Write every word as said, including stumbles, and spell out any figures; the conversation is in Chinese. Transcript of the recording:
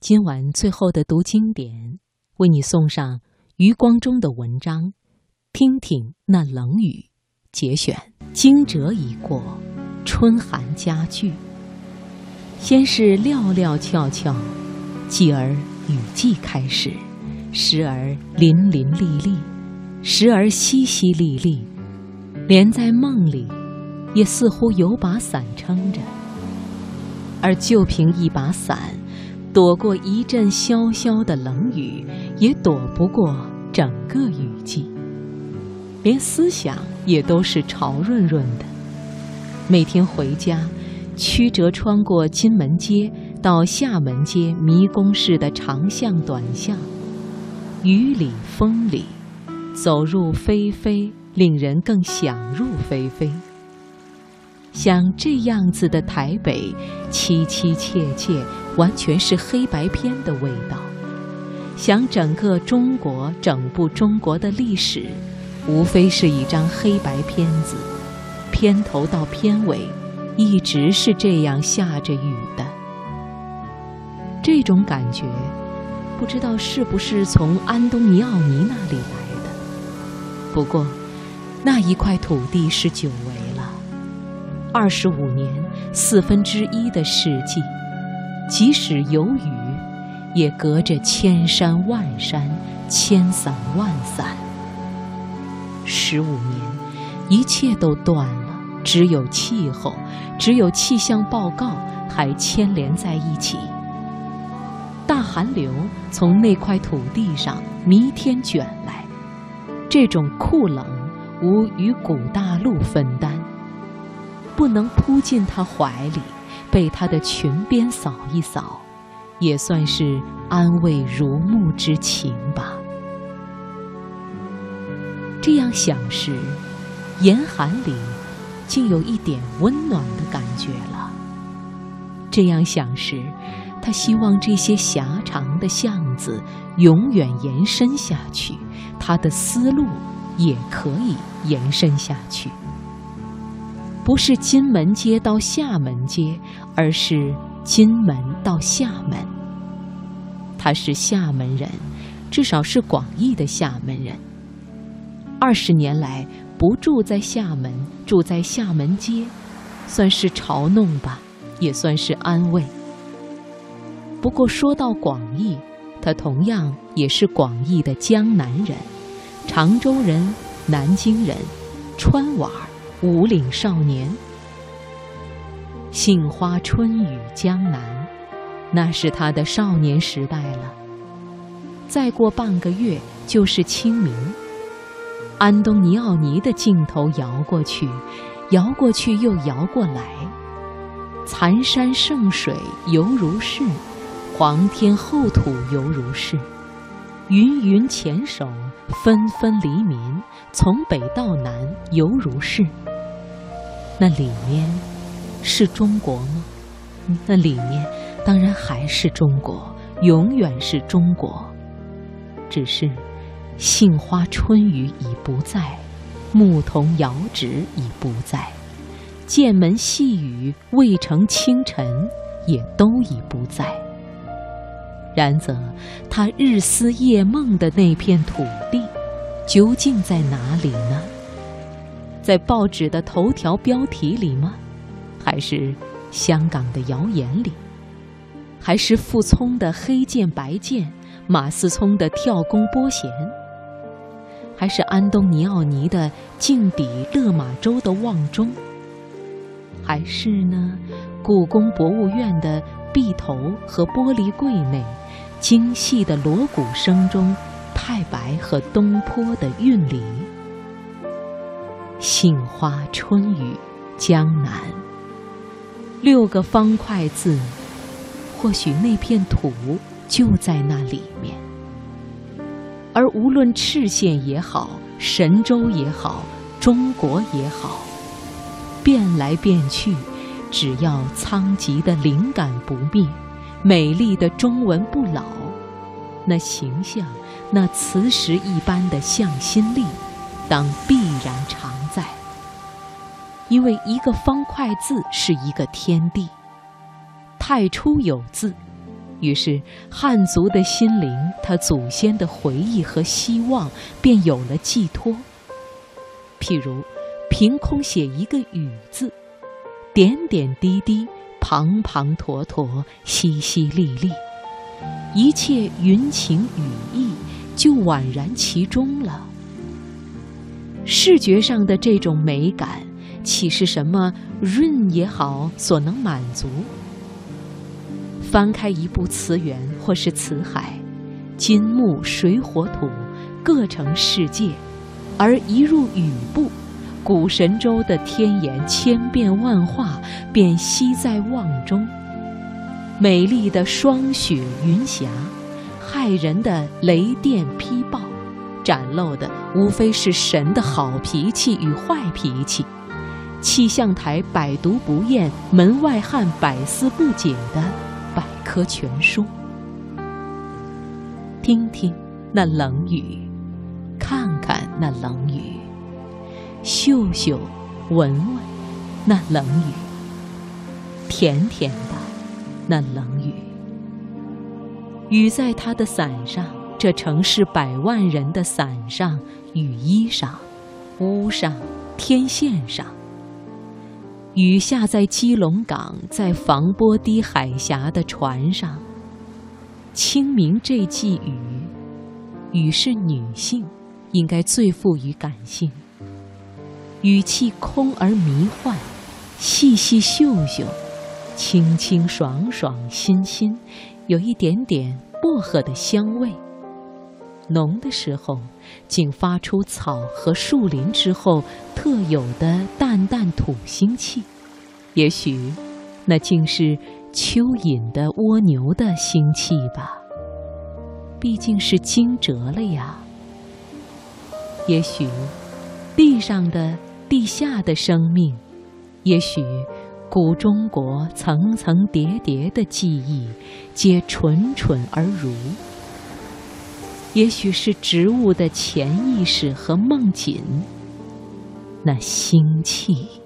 今晚最后的读经典，为你送上余光中的文章《听听那冷雨》节选。惊蛰已过，春寒加剧。先是料料峭峭，继而雨季开始，时而淋淋沥沥，时而淅淅沥沥，连在梦里也似乎有把伞撑着，而就凭一把伞，躲过一阵潇潇的冷雨，也躲不过整个雨季。连思想也都是潮润润的。每天回家，曲折穿过金门街到厦门街迷宫式的长巷短巷，雨里风里，走入非非，令人更想入非非。像这样子的台北，凄凄切切，完全是黑白片的味道。想整个中国，整部中国的历史，无非是一张黑白片子，片头到片尾一直是这样下着雨的。这种感觉不知道是不是从安东尼奥尼那里来的，不过那一块土地是久违了，二十五年四分之一的世纪，即使有雨，也隔着千山万山，千伞万伞。十五年，一切都断了，只有气候，只有气象报告还牵连在一起。大寒流从那块土地上弥天卷来，这种酷冷无与古大陆分担，不能扑进他怀里，被他的裙边扫一扫，也算是安慰如沐之情吧。这样想时，严寒里竟有一点温暖的感觉了。这样想时，他希望这些狭长的巷子永远延伸下去，他的思路也可以延伸下去。不是金门街到厦门街，而是金门到厦门。他是厦门人，至少是广义的厦门人。二十年来不住在厦门，住在厦门街，算是嘲弄吧，也算是安慰。不过说到广义，他同样也是广义的江南人，常州人，南京人，川娃儿，五岭少年。杏花春雨江南，那是他的少年时代了。再过半个月就是清明，安东尼奥尼的镜头摇过去，摇过去又摇过来。残山剩水犹如是，黄天厚土犹如是。云云前手，纷纷黎民，从北到南犹如是。那里面是中国吗？那里面当然还是中国，永远是中国。只是杏花春雨已不在，牧童遥指已不在，剑门细雨渭城清晨也都已不在。然则他日思夜梦的那片土地究竟在哪里呢？在报纸的头条标题里吗？还是香港的谣言里？还是傅聪的黑剑白剑，马思聪的跳弓拨弦？还是安东尼奥尼的镜底勒马洲的望中？还是呢，故宫博物院的壁头和玻璃柜内精细的锣鼓声中，太白和东坡的韵理？杏花春雨江南，六个方块字，或许那片土就在那里面。而无论赤县也好，神州也好，中国也好，变来变去，只要苍极的灵感不灭，美丽的中文不老，那形象，那磁石一般的向心力，当必然常在。因为一个方块字是一个天地，太初有字， 于是汉族的心灵，他祖先的回忆和希望便有了寄托。譬如凭空写一个雨字，点点滴滴，滂滂沱沱，淅淅沥沥，一切云情雨意就宛然其中了。视觉上的这种美感，岂是什么润也好所能满足？翻开一部词源或是词海，金木水火土各成世界，而一入雨部，古神州的天颜千变万化便悉在望中。美丽的霜雪云霞，骇人的雷电劈爆，展露的无非是神的好脾气与坏脾气，气象台百读不厌，门外汉百思不解的百科全书。听听那冷雨，看看那冷雨，嗅嗅闻闻那冷雨，甜甜的那冷雨。雨在他的伞上，这城市百万人的伞上、雨衣上、屋上、天线上。雨下在基隆港，在防波堤海峡的船上。清明这季雨，雨是女性，应该最富于感性。语气空而迷幻，细细嗅嗅，清清爽爽，新新，有一点点薄荷的香味。浓的时候，竟发出草和树林之后特有的淡淡土腥气。也许那竟是蚯蚓的蜗牛的腥气吧，毕竟是惊蛰了呀。也许地上的地下的生命，也许古中国层层叠叠的记忆皆蠢蠢而如，也许是植物的潜意识和梦境，那腥气。